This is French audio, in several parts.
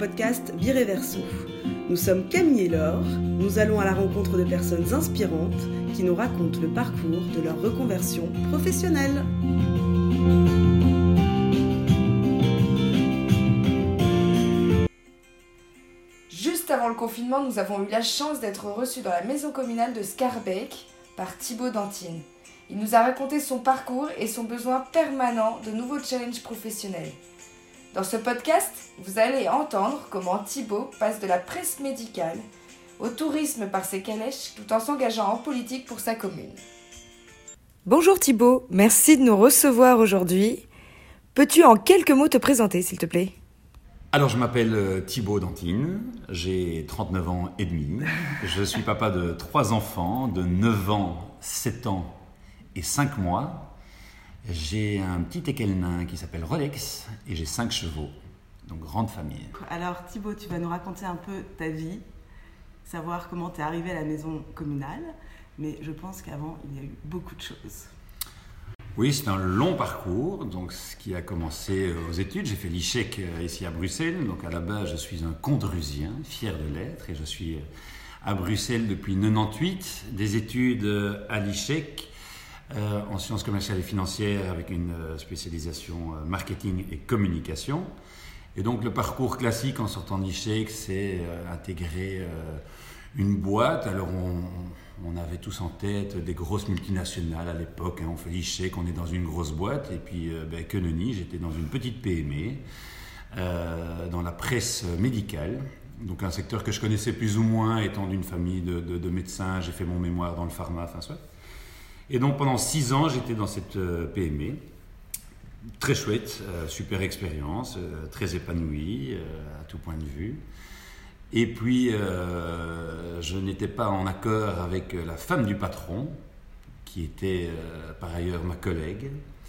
podcast Bireverso. Nous sommes Camille et Laure, nous allons à la rencontre de personnes inspirantes qui nous racontent le parcours de leur reconversion professionnelle. Juste avant le confinement, nous avons eu la chance d'être reçus dans la maison communale de Schaerbeek par Thibaut Dantine. Il nous a raconté son parcours et son besoin permanent de nouveaux challenges professionnels. Dans ce podcast, vous allez entendre comment Thibaut passe de la presse médicale au tourisme par ses calèches tout en s'engageant en politique pour sa commune. Bonjour Thibaut, merci de nous recevoir aujourd'hui. Peux-tu en quelques mots te présenter s'il te plaît ? Alors je m'appelle Thibaut Dantine, j'ai 39 ans et demi. Je suis papa de 3 enfants de 9 ans, 7 ans et 5 mois. J'ai un petit équel nain qui s'appelle Rolex et j'ai 5 chevaux, donc grande famille. Alors Thibaut, tu vas nous raconter un peu ta vie, savoir comment tu es arrivé à la maison communale, mais je pense qu'avant il y a eu beaucoup de choses. Oui, c'est un long parcours, donc ce qui a commencé aux études. J'ai fait l'ICHEC ici à Bruxelles, donc à la base je suis un condrusien, fier de l'être, et je suis à Bruxelles depuis 98, des études à l'ICHEC, en sciences commerciales et financières avec une spécialisation marketing et communication. Et donc le parcours classique en sortant de l'ICHEC, c'est intégrer une boîte. Alors on avait tous en tête des grosses multinationales à l'époque, on fait l'ICHEC, on est dans une grosse boîte, et puis que nenni, j'étais dans une petite PME, dans la presse médicale. Donc un secteur que je connaissais plus ou moins, étant d'une famille de médecins, j'ai fait mon mémoire dans le pharma, enfin soit. Et donc pendant 6 ans, j'étais dans cette PME, très chouette, super expérience, très épanouie à tout point de vue. Et puis je n'étais pas en accord avec la femme du patron, qui était par ailleurs ma collègue.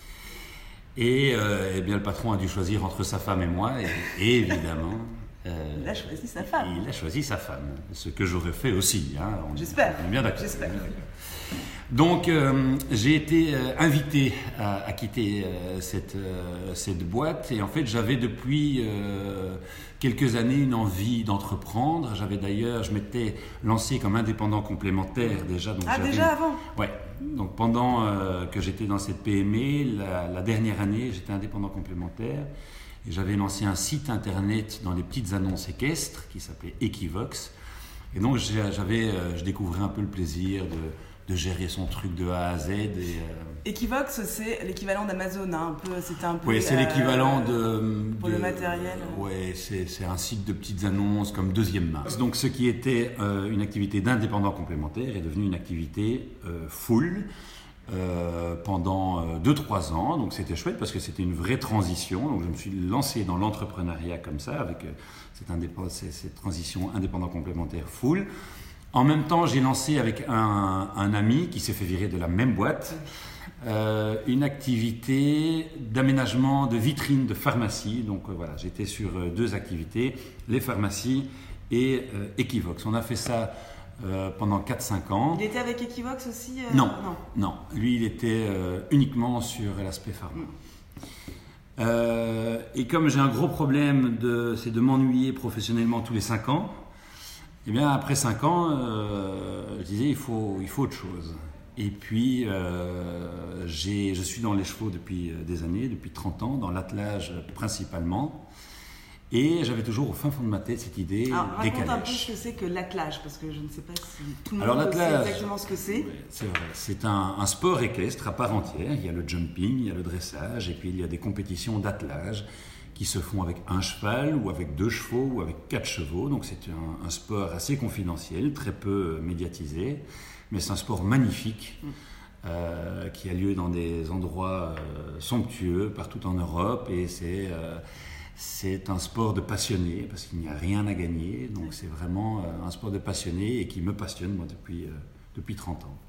Et eh bien le patron a dû choisir entre sa femme et moi, et évidemment... il a choisi sa femme. Il a choisi sa femme, ce que j'aurais fait aussi. Hein, J'espère. On est bien d'accord. J'espère. Donc j'ai été invité à quitter cette boîte, et en fait j'avais depuis quelques années une envie d'entreprendre. Je m'étais lancé comme indépendant complémentaire déjà. Donc déjà avant ? Ouais. Donc pendant que j'étais dans cette PME, la dernière année j'étais indépendant complémentaire. Et j'avais lancé un site internet dans les petites annonces équestres qui s'appelait Equivox. Et donc je découvrais un peu le plaisir de gérer son truc de A à Z. Equivox, c'est l'équivalent d'Amazon, hein, c'était un peu... Oui, c'est l'équivalent pour le matériel. Oui, c'est un site de petites annonces comme deuxième main. Donc ce qui était une activité d'indépendant complémentaire est devenu une activité full. Pendant 2-3 ans, donc c'était chouette parce que c'était une vraie transition. Donc je me suis lancé dans l'entrepreneuriat comme ça, avec cette transition indépendant complémentaire full. En même temps, j'ai lancé avec un ami qui s'est fait virer de la même boîte une activité d'aménagement de vitrines de pharmacie. Donc voilà, j'étais sur 2 activités, les pharmacies et Equivox. On a fait ça pendant 4-5 ans. Il était avec Equivox aussi Non. Lui, il était uniquement sur l'aspect pharma. Et comme j'ai un gros problème, c'est de m'ennuyer professionnellement tous les 5 ans, et bien après 5 ans, je disais il faut autre chose. Et puis je suis dans les chevaux depuis des années, depuis 30 ans, dans l'attelage principalement. Et j'avais toujours au fin fond de ma tête cette idée des calèches. Raconte un peu ce que c'est que l'attelage, parce que je ne sais pas si tout le monde sait exactement ce que c'est. Oui, c'est vrai. C'est un sport équestre à part entière. Il y a le jumping, il y a le dressage, et puis il y a des compétitions d'attelage qui se font avec un cheval, ou avec 2 chevaux, ou avec 4 chevaux. Donc c'est un sport assez confidentiel, très peu médiatisé, mais c'est un sport magnifique qui a lieu dans des endroits somptueux partout en Europe, et c'est un sport de passionné, parce qu'il n'y a rien à gagner, donc c'est vraiment un sport de passionné et qui me passionne moi depuis 30 ans.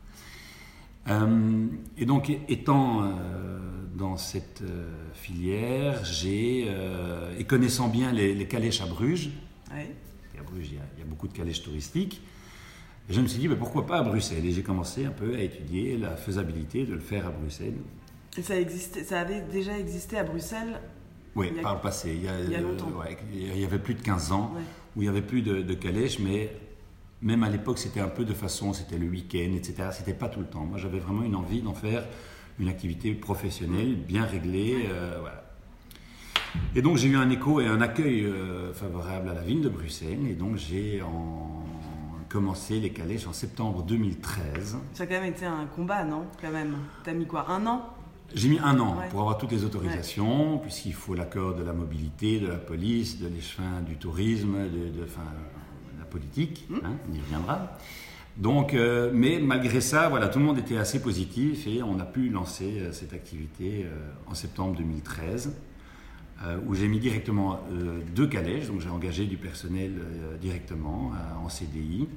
Et donc étant dans cette filière, et connaissant bien les calèches à Bruges, et à Bruges il y a beaucoup de calèches touristiques, je me suis dit pourquoi pas à Bruxelles, et j'ai commencé un peu à étudier la faisabilité de le faire à Bruxelles. Et ça avait déjà existé à Bruxelles Oui, par le passé. Il y a longtemps. Il y avait plus de 15 ans, où il n'y avait plus de calèche, mais même à l'époque, c'était un peu de façon, c'était le week-end, etc. C'était pas tout le temps. Moi, j'avais vraiment une envie d'en faire une activité professionnelle, bien réglée. Voilà. Et donc, j'ai eu un écho et un accueil favorable à la ville de Bruxelles. Et donc, j'ai commencé les calèches en septembre 2013. Ça a quand même été un combat, non? Quand même. T'as mis quoi, 1 an? J'ai mis 1 an pour avoir toutes les autorisations, puisqu'il faut l'accord de la mobilité, de la police, de l'échevin du tourisme, de la politique, on y reviendra. Donc, mais malgré ça, voilà, tout le monde était assez positif et on a pu lancer cette activité en septembre 2013, où j'ai mis directement 2 calèches, donc j'ai engagé du personnel directement en CDI.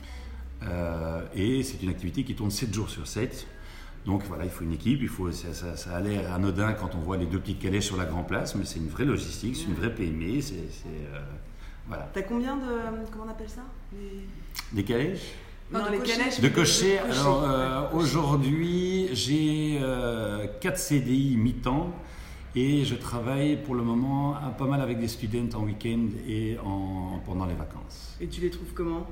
Et c'est une activité qui tourne 7 jours sur 7. Donc voilà, il faut une équipe, ça a l'air anodin quand on voit les 2 petites calèches sur la Grand Place, mais c'est une vraie logistique, c'est une vraie PME, voilà. T'as combien de, comment on appelle ça, des calèches? Non, les calèches. De cocher. Alors aujourd'hui, j'ai 4 CDI mi-temps et je travaille pour le moment pas mal avec des students en week-end et pendant les vacances. Et tu les trouves comment?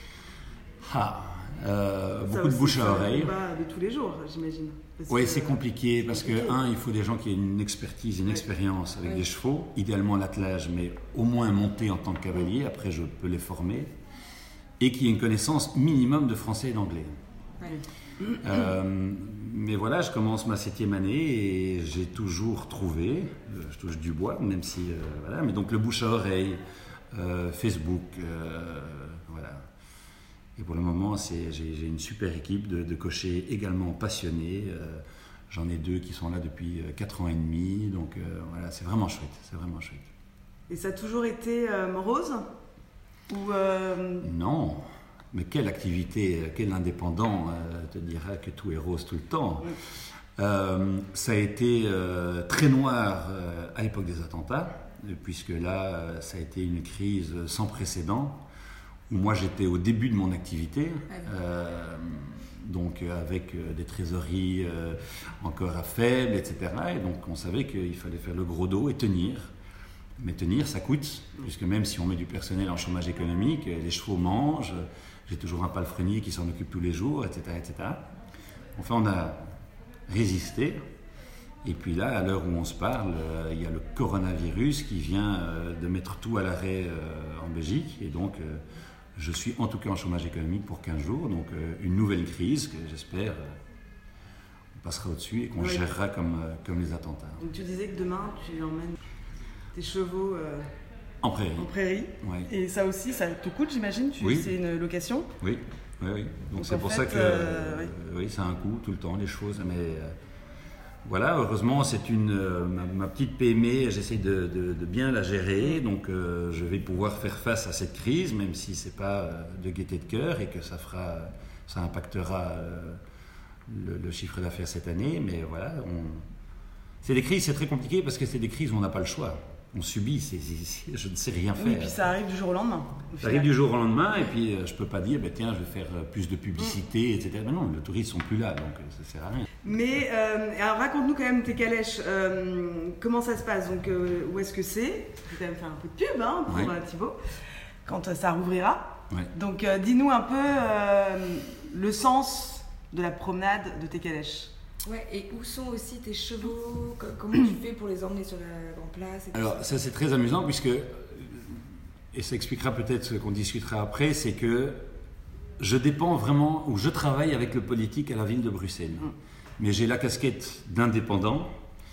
Beaucoup de bouche à oreille. C'est un combat de tous les jours, j'imagine. Oui, c'est compliqué parce que, il faut des gens qui aient une expertise, une expérience avec des chevaux, idéalement l'attelage, mais au moins monter en tant que cavalier, après je peux les former, et qui aient une connaissance minimum de français et d'anglais. Mais voilà, je commence ma 7e année et j'ai toujours trouvé, je touche du bois, même si, voilà, mais donc le bouche à oreille, Facebook, voilà. Et pour le moment, j'ai une super équipe de cochers également passionnés. J'en ai 2 qui sont là depuis 4 ans et demi. Donc voilà, c'est vraiment chouette. C'est vraiment chouette. Et ça a toujours été morose ou Non, mais quelle activité, quel indépendant te dira que tout est rose tout le temps. Ça a été très noir à l'époque des attentats, puisque là, ça a été une crise sans précédent. Moi, j'étais au début de mon activité, donc avec des trésoreries encore à faible, etc. Et donc, on savait qu'il fallait faire le gros dos et tenir. Mais tenir, ça coûte, puisque même si on met du personnel en chômage économique, les chevaux mangent, j'ai toujours un palefrenier qui s'en occupe tous les jours, etc., etc. Enfin, on a résisté. Et puis là, à l'heure où on se parle, il y a le coronavirus qui vient de mettre tout à l'arrêt en Belgique. Et donc, je suis en tout cas en chômage économique pour 15 jours. Donc, une nouvelle crise que j'espère on passera au-dessus et qu'on gérera comme les attentats. Donc, tu disais que demain, tu emmènes tes chevaux en prairie. En prairie. Oui. Et ça aussi, ça te coûte, j'imagine? Oui. C'est une location? Oui. Donc c'est pour ça que oui, ça a un coût tout le temps, les chevaux. Mais voilà, heureusement, c'est ma petite PME, j'essaie de bien la gérer. Donc je vais pouvoir faire face à cette crise, même si ce n'est pas de gaieté de cœur et que ça impactera le chiffre d'affaires cette année. Mais voilà, c'est des crises, c'est très compliqué parce que c'est des crises où on n'a pas le choix. On subit, je ne sais rien faire. Oui, puis ça arrive du jour au lendemain. Ça arrive du jour au lendemain, et puis je ne peux pas dire, tiens, je vais faire plus de publicité, etc. Mais non, les touristes ne sont plus là, donc ça ne sert à rien. Mais alors raconte-nous quand même tes calèches, comment ça se passe, donc où est-ce que c'est? Je vais quand même faire un peu de pub pour Thibaut, quand ça rouvrira. Ouais. Donc dis-nous un peu le sens de la promenade de tes calèches. Ouais, et où sont aussi tes chevaux? Comment tu fais pour les emmener sur la Grand Place? Alors ça c'est très amusant puisque, et ça expliquera peut-être ce qu'on discutera après, c'est que je dépends vraiment, ou je travaille avec le politique à la ville de Bruxelles. Mais j'ai la casquette d'indépendant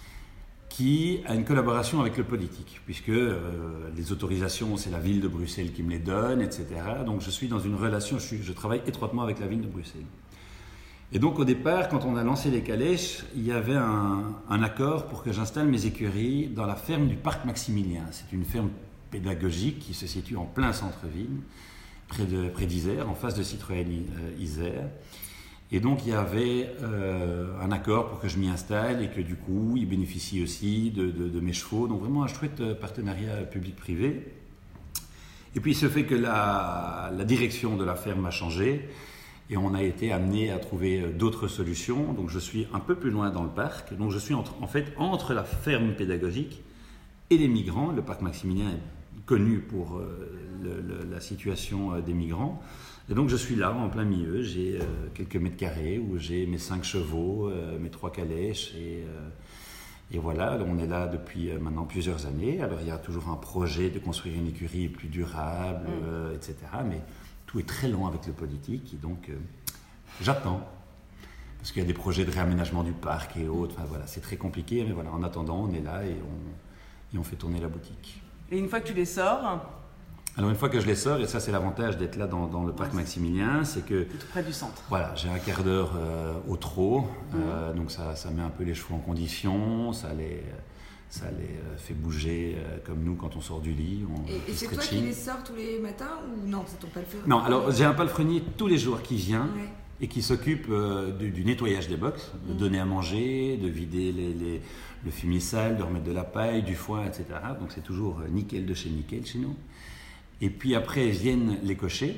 qui a une collaboration avec le politique, puisque les autorisations, c'est la ville de Bruxelles qui me les donne, etc. Donc je suis dans une relation, je travaille étroitement avec la ville de Bruxelles. Et donc au départ, quand on a lancé les calèches, il y avait un accord pour que j'installe mes écuries dans la ferme du Parc Maximilien. C'est une ferme pédagogique qui se situe en plein centre-ville, près d'Isère, en face de Citroën Isère. Et donc il y avait un accord pour que je m'y installe et que du coup, ils bénéficient aussi de mes chevaux. Donc vraiment un chouette partenariat public-privé. Et puis il se fait que la direction de la ferme a changé. Et on a été amené à trouver d'autres solutions. Donc je suis un peu plus loin dans le parc. Donc je suis en fait entre la ferme pédagogique et les migrants. Le parc Maximilien est connu pour la situation des migrants. Et donc je suis là, en plein milieu. J'ai quelques mètres carrés où j'ai mes 5 chevaux, mes 3 calèches. Et voilà, on est là depuis maintenant plusieurs années. Alors il y a toujours un projet de construire une écurie plus durable, etc. Mais tout est très lent avec le politique. Et donc j'attends. Parce qu'il y a des projets de réaménagement du parc et autres. Enfin voilà, c'est très compliqué. Mais voilà, en attendant, on est là et on fait tourner la boutique. Et une fois que tu les sors... Alors une fois que je les sors, et ça c'est l'avantage d'être là dans le parc Maximilien, c'est que... Tout près du centre. Voilà, j'ai un quart d'heure au trot, donc ça met un peu les chevaux en condition, ça les fait bouger comme nous quand on sort du lit. Et c'est toi qui les sors tous les matins ou non, c'est ton palefrenier? Non, alors j'ai un palefrenier tous les jours qui vient et qui s'occupe du nettoyage des box, de donner à manger, de vider le fumier sale, de remettre de la paille, du foin, etc. Donc c'est toujours nickel de chez nickel chez nous. Et puis après viennent les cochers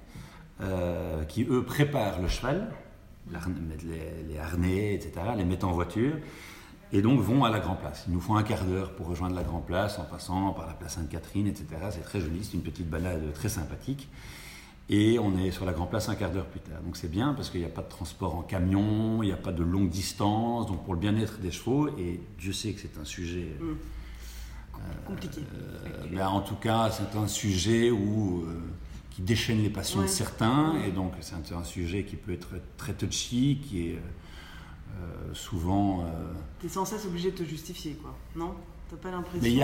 qui eux préparent le cheval, mettent les harnais, etc., les mettent en voiture et donc vont à la Grand Place. Il nous faut un quart d'heure pour rejoindre la Grand Place en passant par la place Sainte-Catherine, etc. C'est très joli, c'est une petite balade très sympathique. Et on est sur la Grand Place un quart d'heure plus tard. Donc c'est bien parce qu'il n'y a pas de transport en camion, il n'y a pas de longue distance, donc pour le bien-être des chevaux, et Dieu sait que c'est un sujet... compliqué. Ben en tout cas, c'est un sujet qui déchaîne les passions de certains, et donc c'est un sujet qui peut être très touchy, qui est souvent... Tu es sans cesse obligé de te justifier, quoi, non? T'as pas l'impression Mais il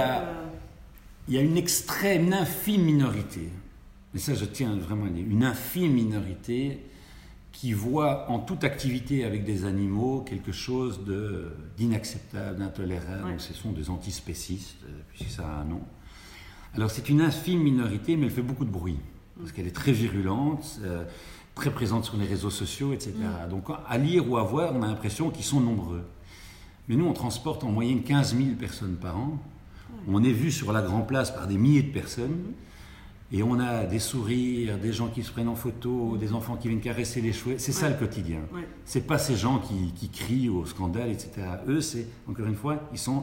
y a une infime minorité, et ça je tiens vraiment à dire, une infime minorité qui voit en toute activité avec des animaux quelque chose d'inacceptable, d'intolérable. Ouais. Donc, ce sont des antispécistes, puisque ça a un nom. Alors c'est une infime minorité, mais elle fait beaucoup de bruit, parce qu'elle est très virulente, très présente sur les réseaux sociaux, etc. Donc à lire ou à voir, on a l'impression qu'ils sont nombreux. Mais nous, on transporte en moyenne 15 000 personnes par an. On est vu sur la Grand Place par des milliers de personnes. Et on a des sourires, des gens qui se prennent en photo, des enfants qui viennent caresser les chevaux. C'est ça le quotidien. Ouais. C'est pas ces gens qui crient au scandale, etc. Eux, c'est, encore une fois, ils sont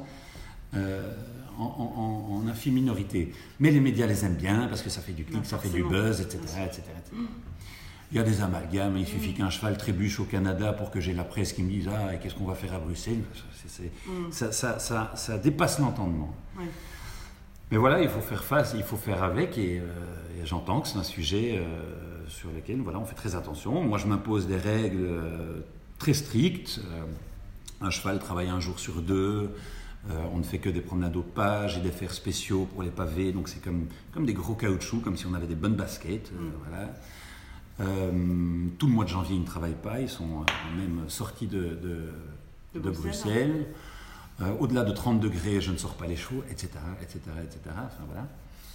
en infime minorité. Mais les médias les aiment bien parce que ça fait du clic, ça fait du buzz, etc., etc. Il y a des amalgames. Il suffit qu'un cheval trébuche au Canada pour que j'ai la presse qui me dise « Ah, et qu'est-ce qu'on va faire à Bruxelles ?» Ça dépasse l'entendement. Ouais. Mais voilà, il faut faire face, il faut faire avec, et j'entends que c'est un sujet sur lequel on fait très attention. Moi, je m'impose des règles très strictes. Un cheval travaille un jour sur 2, on ne fait que des promenades aux pages et des fers spéciaux pour les pavés, donc c'est comme des gros caoutchoucs, comme si on avait des bonnes baskets. Voilà. Tout le mois de janvier, ils ne travaillent pas, ils sont même sortis de Bruxelles. Au-delà de 30 degrés, je ne sors pas les chevaux, etc., etc., etc. Enfin, voilà.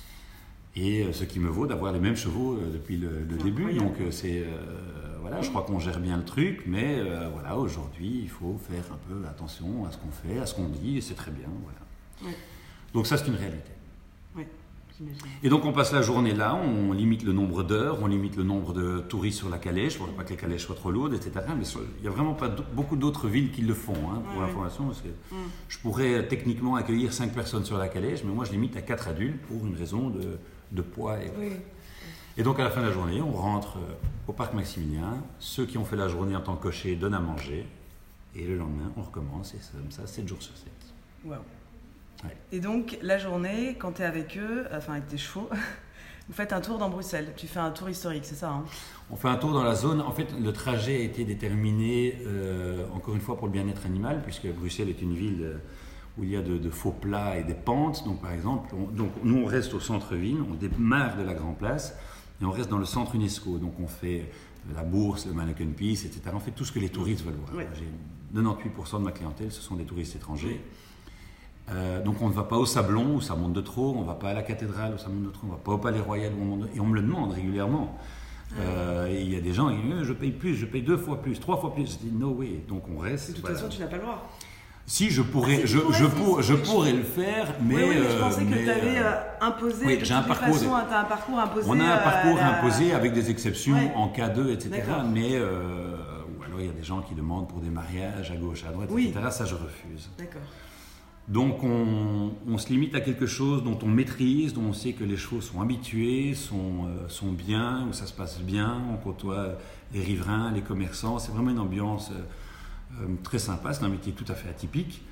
Et ce qui me vaut d'avoir les mêmes chevaux depuis le début. Donc, voilà, je crois qu'on gère bien le truc, mais voilà, aujourd'hui, il faut faire un peu attention à ce qu'on fait, à ce qu'on dit, et c'est très bien. Voilà. Ouais. Donc, ça, c'est une réalité. Ouais. Et donc on passe la journée là, on limite le nombre d'heures, on limite le nombre de touristes sur la calèche, pour pas que les calèches soient trop lourdes, etc. Mais il n'y a vraiment pas beaucoup d'autres villes qui le font, pour l'information, parce que je pourrais techniquement accueillir 5 personnes sur la calèche, mais moi je limite à 4 adultes pour une raison de poids. Et donc à la fin de la journée, on rentre au parc Maximilien, ceux qui ont fait la journée en tant que cocher donnent à manger, et le lendemain on recommence, et c'est comme ça, 7 jours sur 7. Wow. Ouais. Et donc, la journée, quand tu es avec eux, enfin avec tes chevaux, vous faites un tour dans Bruxelles. Tu fais un tour historique, c'est ça, hein? On fait un tour dans la zone. En fait, le trajet a été déterminé, encore une fois, pour le bien-être animal, puisque Bruxelles est une ville où il y a de faux plats et des pentes. Donc, par exemple, nous, on reste au centre-ville, on démarre de la Grand Place, et on reste dans le centre UNESCO. Donc, on fait la bourse, le Mannequin Peace, etc. On fait tout ce que les touristes veulent voir. Ouais. J'ai 98% de ma clientèle, ce sont des touristes étrangers. Donc on ne va pas au Sablon où ça monte de trop, on ne va pas à la cathédrale où ça monte de trop, on ne va pas au Palais Royal où on monte de trop, et on me le demande régulièrement. Et il y a des gens qui disent je paye plus, je paye 2 fois plus, 3 fois plus. Je dis no way, donc on reste. De toute façon, tu n'as pas le droit. Si je pourrais, je pourrais le faire, mais. Oui, je pensais que tu avais imposé. Oui, j'ai un parcours. Tu as un parcours imposé. On a un parcours imposé avec des exceptions en cas de, etc. Mais ou alors il y a des gens qui demandent pour des mariages à gauche, à droite, etc. Ça je refuse. D'accord. Donc on se limite à quelque chose dont on maîtrise, dont on sait que les chevaux sont habitués, sont bien, où ça se passe bien, on côtoie les riverains, les commerçants. C'est vraiment une ambiance très sympa, c'est un métier tout à fait atypique,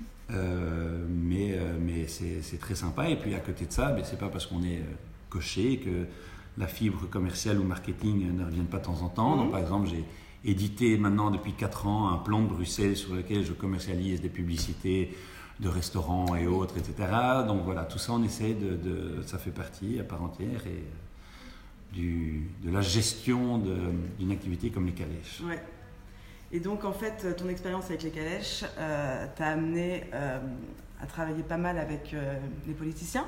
mais c'est très sympa. Et puis à côté de ça, c'est pas parce qu'on est cocher que la fibre commerciale ou marketing ne revienne pas de temps en temps. Donc par exemple, j'ai édité maintenant depuis 4 ans un plan de Bruxelles sur lequel je commercialise des publicités de restaurants et autres, etc. Donc voilà, tout ça, on essaie ça fait partie à part entière de la gestion d'une activité comme les calèches. Ouais. Et donc, en fait, ton expérience avec les calèches t'a amené à travailler pas mal avec les politiciens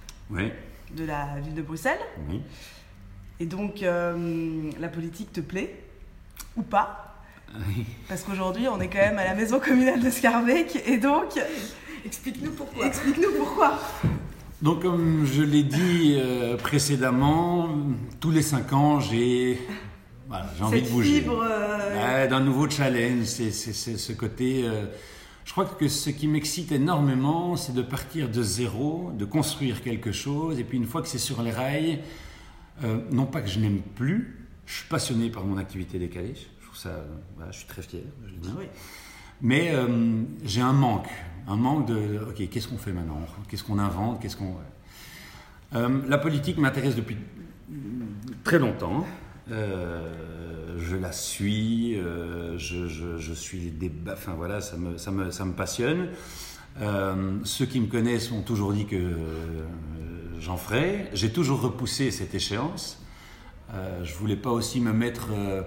de la ville de Bruxelles. Oui. Et donc, la politique te plaît ou pas? Oui. Parce qu'aujourd'hui, on est quand même à la maison communale de Schaerbeek, et donc... Explique-nous pourquoi. Explique-nous pourquoi. Donc, comme je l'ai dit précédemment, tous les 5 ans, j'ai envie de bouger. Cette fibre... D'un nouveau challenge, c'est ce côté... je crois que ce qui m'excite énormément, c'est de partir de zéro, de construire quelque chose, et puis une fois que c'est sur les rails, non pas que je n'aime plus, je suis passionné par mon activité des calèches. Ça, je suis très fier, je le dis. Oui. Mais j'ai un manque de ok, qu'est-ce qu'on fait maintenant, qu'est-ce qu'on invente, la politique m'intéresse depuis très longtemps. Je la suis, je suis les débats, enfin voilà, ça me passionne. Ceux qui me connaissent m'ont toujours dit que j'en ferais. J'ai toujours repoussé cette échéance. Je voulais pas aussi me mettre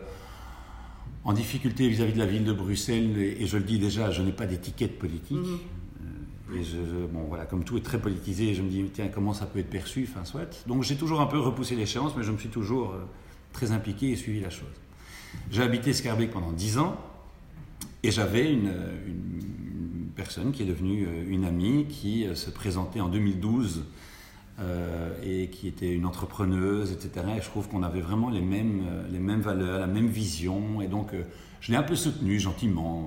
en difficulté vis-à-vis de la ville de Bruxelles, et je le dis déjà, je n'ai pas d'étiquette politique. Et comme tout est très politisé, je me dis, tiens, comment ça peut être perçu, enfin soit. Donc j'ai toujours un peu repoussé l'échéance, mais je me suis toujours très impliqué et suivi la chose. J'ai habité Schaerbeek pendant 10 ans, et j'avais une personne qui est devenue une amie, qui se présentait en 2012, et qui était une entrepreneuse, etc. Et je trouve qu'on avait vraiment les mêmes valeurs, la même vision. Et donc, je l'ai un peu soutenue gentiment.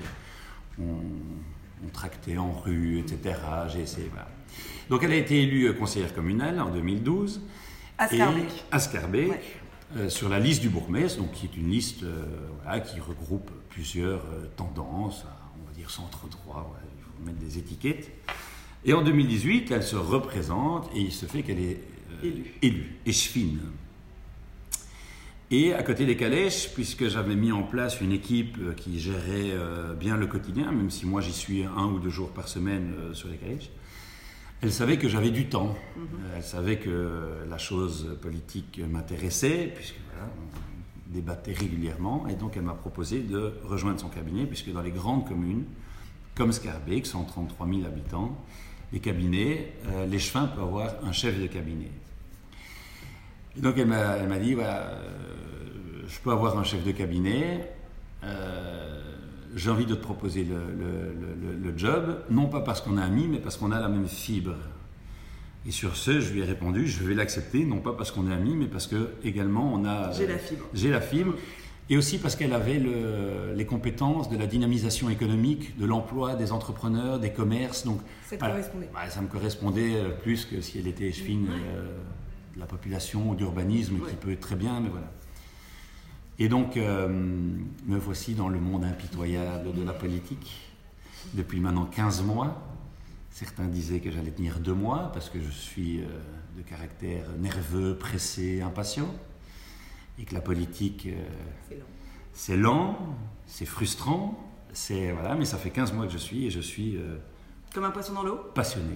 On tractait en rue, etc. J'ai essayé, voilà. Donc, elle a été élue conseillère communale en 2012. À Schaerbeek. À Schaerbeek, sur la liste du bourgmestre, donc qui est une liste qui regroupe plusieurs tendances, on va dire centre-droit, il faut mettre des étiquettes. Et en 2018, elle se représente et il se fait qu'elle est élue, échevine. Et à côté des calèches, puisque j'avais mis en place une équipe qui gérait bien le quotidien, même si moi j'y suis 1 ou 2 jours par semaine sur les calèches, elle savait que j'avais du temps. Elle savait que la chose politique m'intéressait, puisque voilà, on débattait régulièrement. Et donc elle m'a proposé de rejoindre son cabinet, puisque dans les grandes communes, comme Schaerbeek, 133 000 habitants, les cabinets, l'échevin peut avoir un chef de cabinet. Et donc elle m'a dit, je peux avoir un chef de cabinet, j'ai envie de te proposer le job, non pas parce qu'on est amis, mais parce qu'on a la même fibre. Et sur ce, je lui ai répondu, je vais l'accepter, non pas parce qu'on est amis, mais parce que également on a... J'ai la fibre. Et aussi parce qu'elle avait les compétences de la dynamisation économique, de l'emploi, des entrepreneurs, des commerces. Donc, ça te correspondait. Ça me correspondait plus que si elle était échevine de la population ou d'urbanisme, qui peut être très bien, mais voilà. Et donc, me voici dans le monde impitoyable de la politique, depuis maintenant 15 mois. Certains disaient que j'allais tenir 2 mois, parce que je suis de caractère nerveux, pressé, impatient. Et que la politique, c'est lent, c'est frustrant, mais ça fait 15 mois que je suis, et je suis... comme un poisson dans l'eau. Passionné,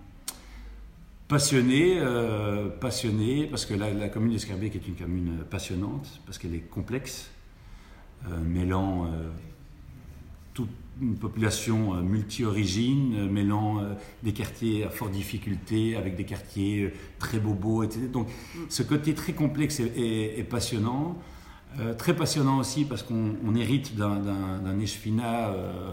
parce que la commune de Schaerbeek est une commune passionnante, parce qu'elle est complexe, mêlant toute une population multi-origines, mêlant des quartiers à forte difficulté avec des quartiers très bobos, etc. Donc ce côté très complexe est passionnant, très passionnant aussi parce qu'on hérite d'un échevinat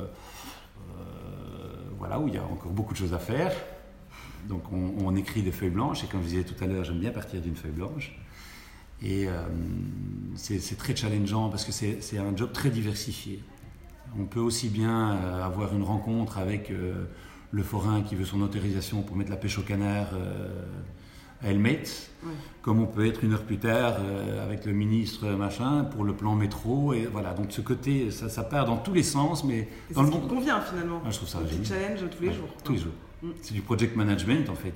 où il y a encore beaucoup de choses à faire. Donc on écrit des feuilles blanches, et comme je disais tout à l'heure, j'aime bien partir d'une feuille blanche. Et c'est très challengeant parce que c'est un job très diversifié. On peut aussi bien avoir une rencontre avec le forain qui veut son autorisation pour mettre la pêche au canard à Helmet, comme on peut être une heure plus tard avec le ministre machin pour le plan métro, et voilà, donc ce côté, ça part dans tous les sens, mais dans le monde... C'est ce qui convient finalement. Je trouve ça génial. Challenge tous les jours. Tous les jours. C'est du project management en fait,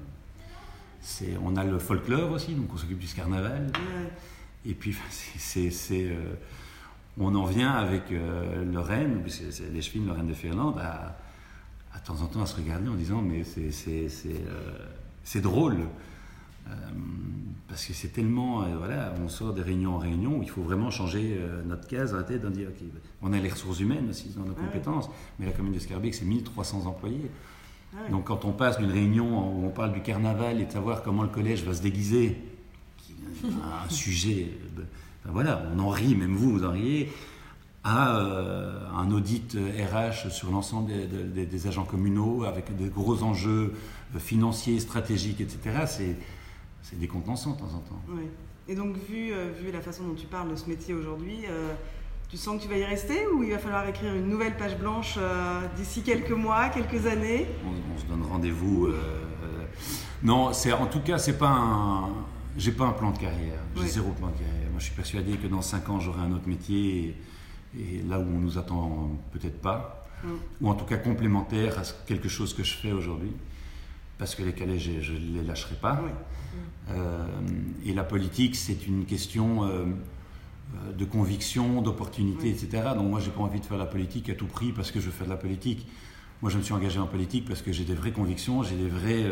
on a le folklore aussi, donc on s'occupe du carnaval, et puis on en vient avec Lorraine, c'est les chevilles de Lorraine de Finlande, à de temps en temps à se regarder en disant mais c'est drôle. Parce que c'est tellement, on sort de réunion en réunion où il faut vraiment changer notre case dans la tête, d'en dire ok, on a les ressources humaines aussi dans nos compétences, mais la commune de Scarbeck c'est 1300 employés. Donc quand on passe d'une réunion où on parle du carnaval et de savoir comment le collège va se déguiser, qui est un sujet, on en rit, même vous en riez, à un audit RH sur l'ensemble des agents communaux avec des gros enjeux financiers, stratégiques, etc. C'est décontenançant de temps en temps. Oui. Et donc, vu la façon dont tu parles de ce métier aujourd'hui, tu sens que tu vas y rester ou il va falloir écrire une nouvelle page blanche d'ici quelques mois, quelques années ? On se donne rendez-vous. Non, en tout cas, c'est pas j'ai pas un plan de carrière. J'ai zéro plan de carrière. Moi, je suis persuadé que dans 5 ans, j'aurai un autre métier et là où on nous attend peut-être pas, ou en tout cas complémentaire à quelque chose que je fais aujourd'hui. Parce que les calèches, je ne les lâcherai pas. Et la politique, c'est une question de conviction, d'opportunité, etc. Donc moi, je n'ai pas envie de faire la politique à tout prix parce que je veux faire de la politique. Moi, je me suis engagé en politique parce que j'ai des vraies convictions, j'ai des vrais...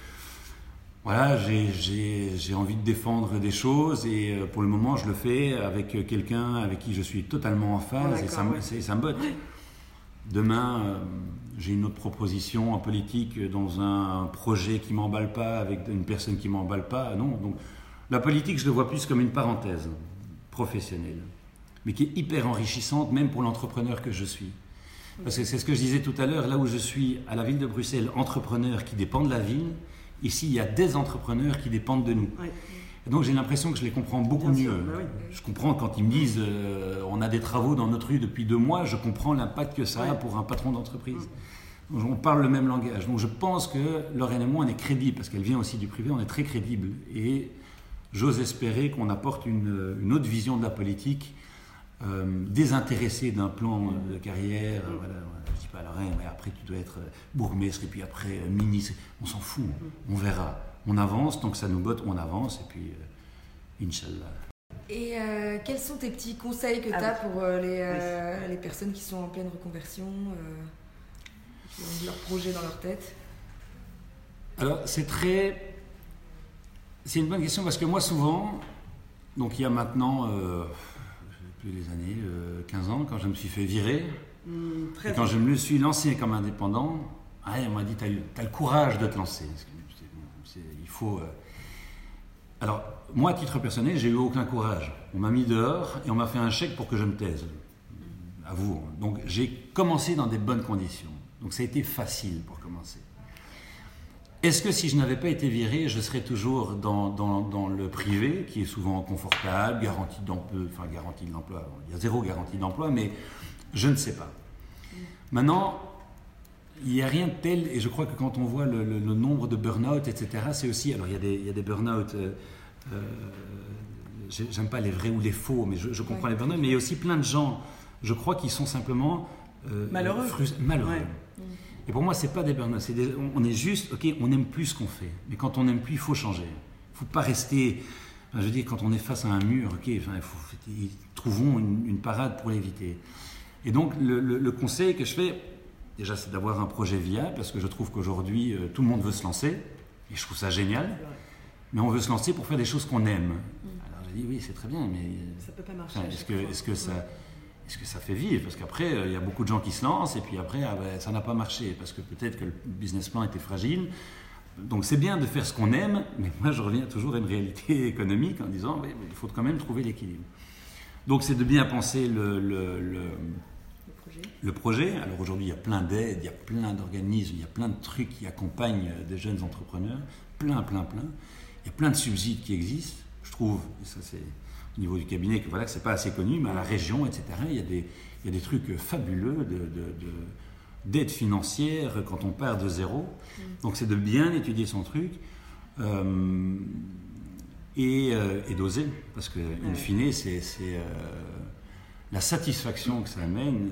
j'ai envie de défendre des choses et pour le moment, je le fais avec quelqu'un avec qui je suis totalement en phase et ça me botte. Demain, j'ai une autre proposition en politique dans un projet qui ne m'emballe pas, avec une personne qui ne m'emballe pas. Non. Donc, la politique, je le vois plus comme une parenthèse professionnelle, mais qui est hyper enrichissante, même pour l'entrepreneur que je suis. Parce que c'est ce que je disais tout à l'heure, là où je suis à la ville de Bruxelles, entrepreneur qui dépend de la ville, ici, il y a des entrepreneurs qui dépendent de nous. Et donc j'ai l'impression que je les comprends beaucoup mieux. Je comprends quand ils me disent on a des travaux dans notre rue depuis 2 mois, je comprends l'impact que ça a pour un patron d'entreprise. Donc, on parle le même langage. Donc je pense que Lorraine et moi, on est crédibles, parce qu'elle vient aussi du privé, on est très crédibles. Et j'ose espérer qu'on apporte une autre vision de la politique, désintéressée d'un plan de carrière. Je ne dis pas Lorraine, mais après tu dois être bourgmestre, et puis après ministre. On s'en fout, on verra. On avance, tant que ça nous botte, on avance, et puis, Inch'Allah. Et quels sont tes petits conseils que tu as pour les personnes qui sont en pleine reconversion, qui ont leur projet dans leur tête ? Alors, c'est une bonne question, parce que moi, souvent, donc il y a maintenant, plus des années, 15 ans, quand je me suis fait virer, et quand je me suis lancé comme indépendant, on m'a dit, t'as le courage de te lancer. Il faut... Alors, moi, à titre personnel, j'ai eu aucun courage. On m'a mis dehors et on m'a fait un chèque pour que je me taise. À vous. Donc, j'ai commencé dans des bonnes conditions. Donc, ça a été facile pour commencer. Est-ce que si je n'avais pas été viré, je serais toujours dans le privé, qui est souvent confortable, garantie de l'emploi. Il y a 0 garantie d'emploi, mais je ne sais pas. Maintenant... Il n'y a rien de tel, et je crois que quand on voit le nombre de burn-out, etc., c'est aussi... Alors, il y a des burn-out... j'aime pas les vrais ou les faux, mais je comprends les burn-out, mais il y a aussi plein de gens, je crois, qui sont simplement... malheureux. Et pour moi, c'est pas des burn-out, on est juste... Ok, on n'aime plus ce qu'on fait, mais quand on n'aime plus, il faut changer. Il ne faut pas rester... je veux dire, quand on est face à un mur, trouvons une parade pour l'éviter. Et donc, le conseil que je fais... Déjà, c'est d'avoir un projet viable, parce que je trouve qu'aujourd'hui, tout le monde veut se lancer, et je trouve ça génial, mais on veut se lancer pour faire des choses qu'on aime. Alors j'ai dit, oui, c'est très bien, mais... Ça peut pas marcher. Est-ce que ça fait vivre ? Parce qu'après, il y a beaucoup de gens qui se lancent, et puis après, ça n'a pas marché, parce que peut-être que le business plan était fragile. Donc c'est bien de faire ce qu'on aime, mais moi, je reviens toujours à une réalité économique en disant, oui, il faut quand même trouver l'équilibre. Donc c'est de bien penser le projet. Alors aujourd'hui, il y a plein d'aides, il y a plein d'organismes, il y a plein de trucs qui accompagnent des jeunes entrepreneurs, plein. Il y a plein de subsides qui existent, je trouve, et ça c'est au niveau du cabinet, que c'est pas assez connu, mais à la région, etc., il y a des trucs fabuleux d'aide financière quand on part de zéro. Donc c'est de bien étudier son truc et d'oser, parce que in fine, c'est la satisfaction que ça amène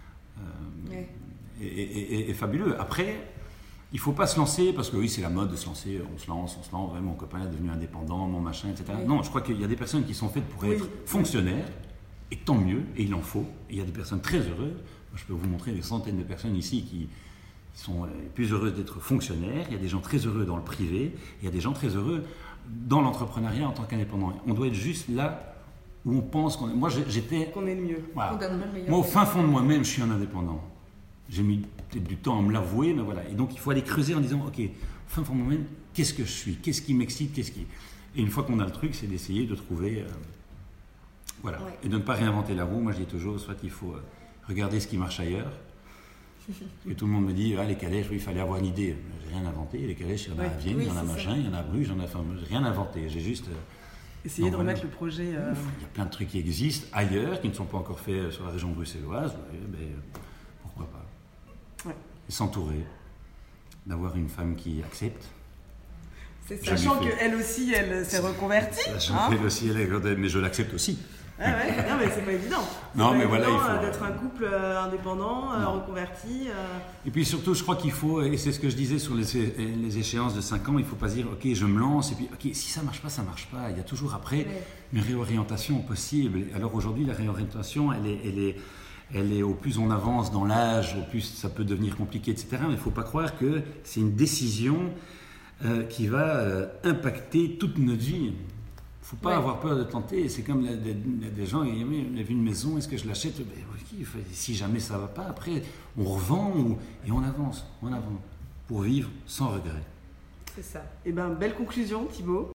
est fabuleux. Après, il ne faut pas se lancer, parce que oui, c'est la mode de se lancer, on se lance, ouais, mon copain est devenu indépendant, mon machin, etc. Oui. Non, je crois qu'il y a des personnes qui sont faites pour être fonctionnaires, et tant mieux, et il en faut. Et il y a des personnes très heureuses. Moi, je peux vous montrer des centaines de personnes ici qui sont plus heureuses d'être fonctionnaires. Il y a des gens très heureux dans le privé, il y a des gens très heureux dans l'entrepreneuriat en tant qu'indépendant. On doit être juste là où on pense qu'on est. Moi, qu'on est le mieux. Voilà. Moi, au fin fond de moi-même, je suis un indépendant. J'ai mis peut-être du temps à me l'avouer, mais voilà. Et donc, il faut aller creuser en disant, ok, au fin fond de moi-même, qu'est-ce que je suis? Qu'est-ce qui m'excite? Et une fois qu'on a le truc, c'est d'essayer de trouver... voilà. Ouais. Et de ne pas réinventer la roue. Moi, je dis toujours, soit il faut regarder ce qui marche ailleurs. Et tout le monde me dit, les calèches, oui, il fallait avoir une idée. J'ai rien inventé. Les calèches, il y en a à Vienne, il y en a à Machin, il y en a à Bruges, j'ai rien inventé. J'ai juste... Essayer de remettre le projet... Il y a plein de trucs qui existent ailleurs, qui ne sont pas encore faits sur la région bruxelloise. Mais pourquoi pas? Ouais. Et s'entourer, d'avoir une femme qui accepte. Sachant qu'elle aussi, elle s'est reconvertie. Sachant qu'elle aussi, mais je l'accepte aussi. Ah ouais, non mais c'est pas évident. Non mais voilà, il faut d'être un couple indépendant, reconverti. Et puis surtout, je crois qu'il faut, et c'est ce que je disais sur les échéances de 5 ans, il ne faut pas se dire, ok, je me lance, et puis, ok, si ça marche pas, ça marche pas. Il y a toujours après une réorientation possible. Alors aujourd'hui, la réorientation, elle est au plus on avance dans l'âge, au plus ça peut devenir compliqué, etc. Mais il ne faut pas croire que c'est une décision qui va impacter toute notre vie. Il ne faut pas avoir peur de tenter. C'est comme des gens, il a vu une maison, est-ce que je l'achète? Si jamais ça ne va pas, après on revend et on avance pour vivre sans regret. C'est ça. Et belle conclusion, Thibaut.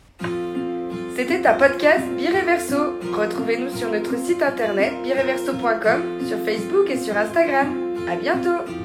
C'était un podcast Bireverso. Retrouvez-nous sur notre site internet bireverso.com, sur Facebook et sur Instagram. À bientôt.